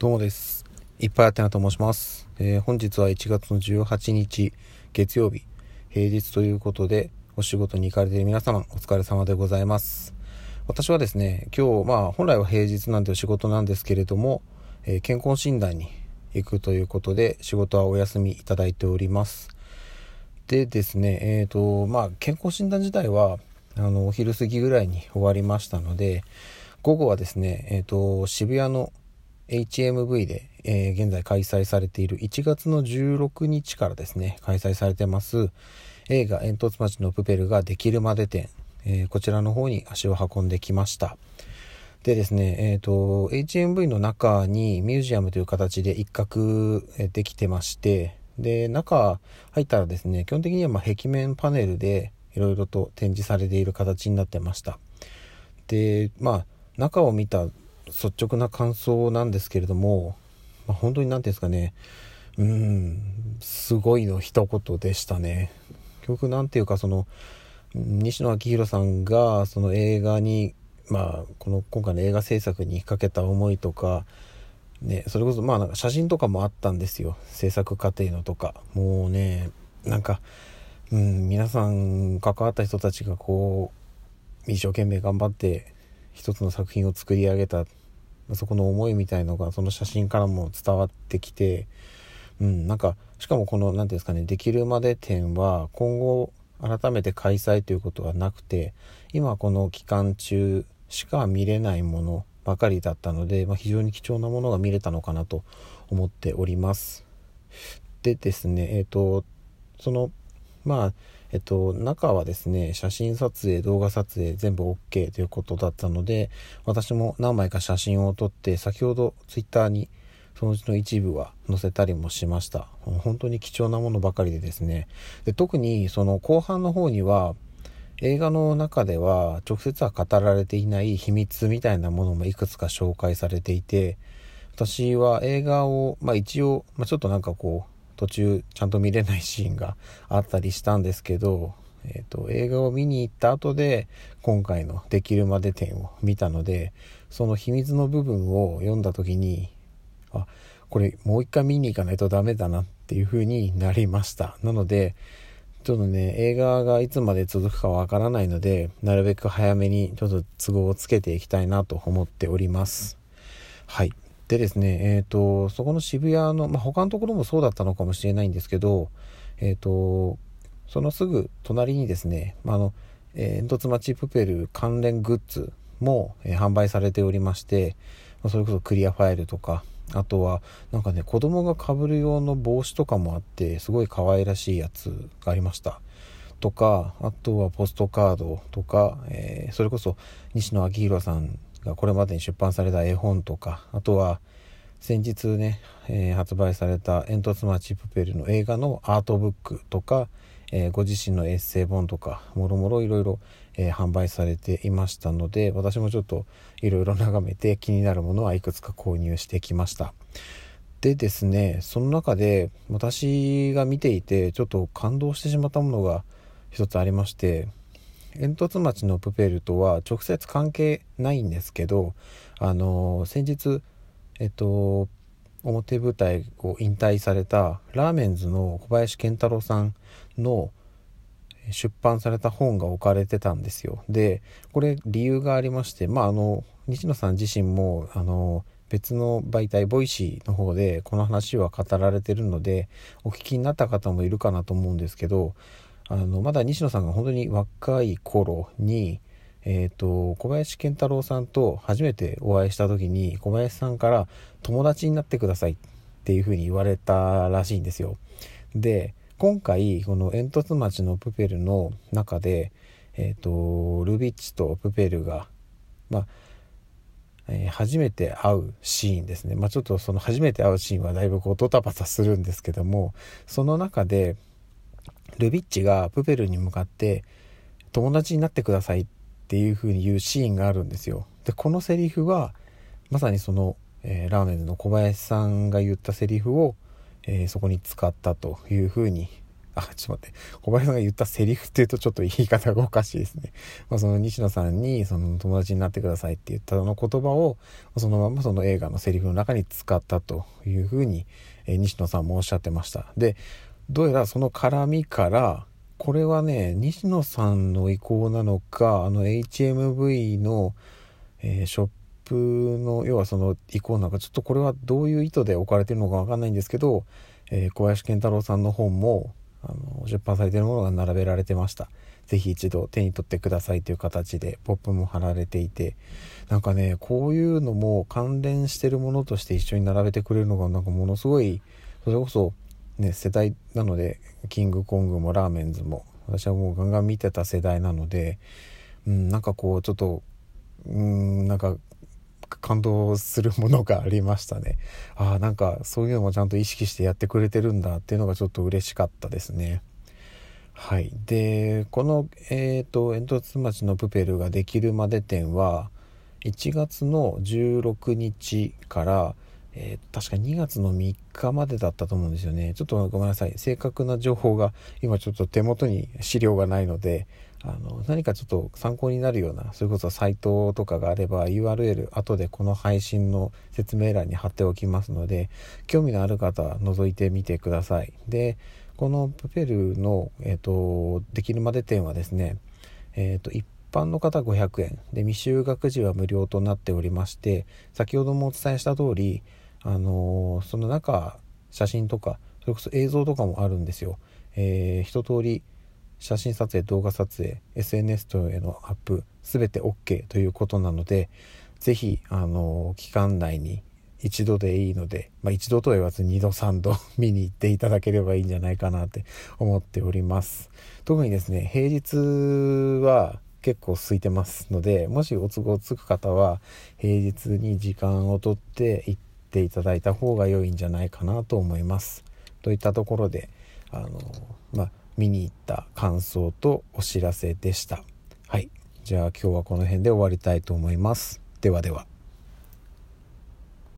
どうもです。いっぱいあってなと申します。本日は1月の18日月曜日、平日ということで、お仕事に行かれている皆様、お疲れ様でございます。私はですね、今日、本来は平日なんて仕事なんですけれども、健康診断に行くということで、仕事はお休みいただいております。でですね、健康診断自体は、お昼過ぎぐらいに終わりましたので、午後はですね、渋谷のHMV で、現在開催されている1月の16日からですね、開催されてます映画煙突町のプペルができるまで展、こちらの方に足を運んできました。でですね、HMV の中にミュージアムという形で一角できてまして、で、中入ったらですね、基本的には壁面パネルでいろいろと展示されている形になってました。で、中を見た率直な感想なんですけれども、本当に何ていうんですかね、すごいの一言でしたね。結局なんていうか、西野昭弘さんがその映画に、今回の映画制作にかけた思いとかね、それこそなんか写真とかもあったんですよ、制作過程のとか。もうね、皆さん関わった人たちが一生懸命頑張って一つの作品を作り上げた、そこの思いみたいのがその写真からも伝わってきて、しかもこの何ていうんですかね、できるまで展は今後改めて開催ということはなくて、今この期間中しか見れないものばかりだったので、非常に貴重なものが見れたのかなと思っております。でですね、中はですね、写真撮影、動画撮影全部 OK ということだったので、私も何枚か写真を撮って、先ほどツイッターにそのうちの一部は載せたりもしました。本当に貴重なものばかりでですね。で、特にその後半の方には、映画の中では直接は語られていない秘密みたいなものもいくつか紹介されていて、私は映画を、一応、ちょっと途中ちゃんと見れないシーンがあったりしたんですけど、映画を見に行った後で今回のできるまで展を見たので、その秘密の部分を読んだ時に、これもう一回見に行かないとダメだなっていう風になりました。なのでちょっとね、映画がいつまで続くかわからないので、なるべく早めにちょっと都合をつけていきたいなと思っております。はい。でですね、そこの渋谷の、他のところもそうだったのかもしれないんですけど、そのすぐ隣にですね、煙突町プペル関連グッズも、販売されておりまして、それこそクリアファイルとか、あとは子供が被る用の帽子とかもあって、すごい可愛らしいやつがありましたとか、あとはポストカードとか、それこそ西野昭弘さんがこれまでに出版された絵本とか、あとは先日ね、発売された煙突町プペルの映画のアートブックとか、ご自身のエッセイ本とかもろもろいろいろ販売されていましたので、私もちょっといろいろ眺めて気になるものはいくつか購入してきました。でですね、その中で私が見ていてちょっと感動してしまったものが一つありまして、煙突町のプペルとは直接関係ないんですけど、先日表舞台を引退されたラーメンズの小林賢太郎さんの出版された本が置かれてたんですよ。で、これ理由がありまして、西野さん自身も別の媒体ボイシーの方でこの話は語られてるので、お聞きになった方もいるかなと思うんですけど、まだ西野さんが本当に若い頃に小林賢太郎さんと初めてお会いした時に、小林さんから友達になってくださいっていう風に言われたらしいんですよ。で、今回この煙突町のプペルの中で、ルビッチとプペルが初めて会うシーンですね。ちょっとその初めて会うシーンはだいぶドタバタするんですけども、その中でルビッチがプペルに向かって友達になってくださいっていう風に言うシーンがあるんですよ。で、このセリフはまさにその、ラーメンズの小林さんが言ったセリフを、そこに使ったという風にちょっと待って、小林さんが言ったセリフっていうとちょっと言い方がおかしいですね。その西野さんにその友達になってくださいって言ったの言葉をそのままその映画のセリフの中に使ったというふうに、西野さんもおっしゃってました。で、どうやらその絡みからこれはね、西野さんの意向なのか、HMV の、ショップの要はその意向なのか、ちょっとこれはどういう意図で置かれているのかわかんないんですけど、小林健太郎さんの本も出版されているものが並べられてました。ぜひ一度手に取ってくださいという形でポップも貼られていて、なんかね、こういうのも関連してるものとして一緒に並べてくれるのがなんかものすごい、それこそね、世代なので、キングコングもラーメンズも私はもうガンガン見てた世代なので、なんかこうちょっとなんか感動するものがありましたね。なんかそういうのもちゃんと意識してやってくれてるんだっていうのがちょっと嬉しかったですね。はい。で、この煙突町のプペルができるまで展は1月の16日から確か2月の3日までだったと思うんですよね。ちょっとごめんなさい。正確な情報が今ちょっと手元に資料がないので、何かちょっと参考になるような、それこそサイトとかがあれば URL 後でこの配信の説明欄に貼っておきますので、興味のある方は覗いてみてください。で、このプペルの、できるまで展はですね、一般の方500円で未就学児は無料となっておりまして、先ほどもお伝えした通り、その中写真とかそれこそ映像とかもあるんですよ。一通り写真撮影、動画撮影、 SNS 等へのアップ全て OK ということなので、ぜひ期間内に一度でいいので、一度とは言わず2度3度見に行っていただければいいんじゃないかなって思っております。特にですね、平日は結構空いてますので、もしお都合つく方は平日に時間をとって行っていただいた方が良いんじゃないかなと思います。といったところで見に行った感想とお知らせでした。はい、じゃあ今日はこの辺で終わりたいと思います。ではでは。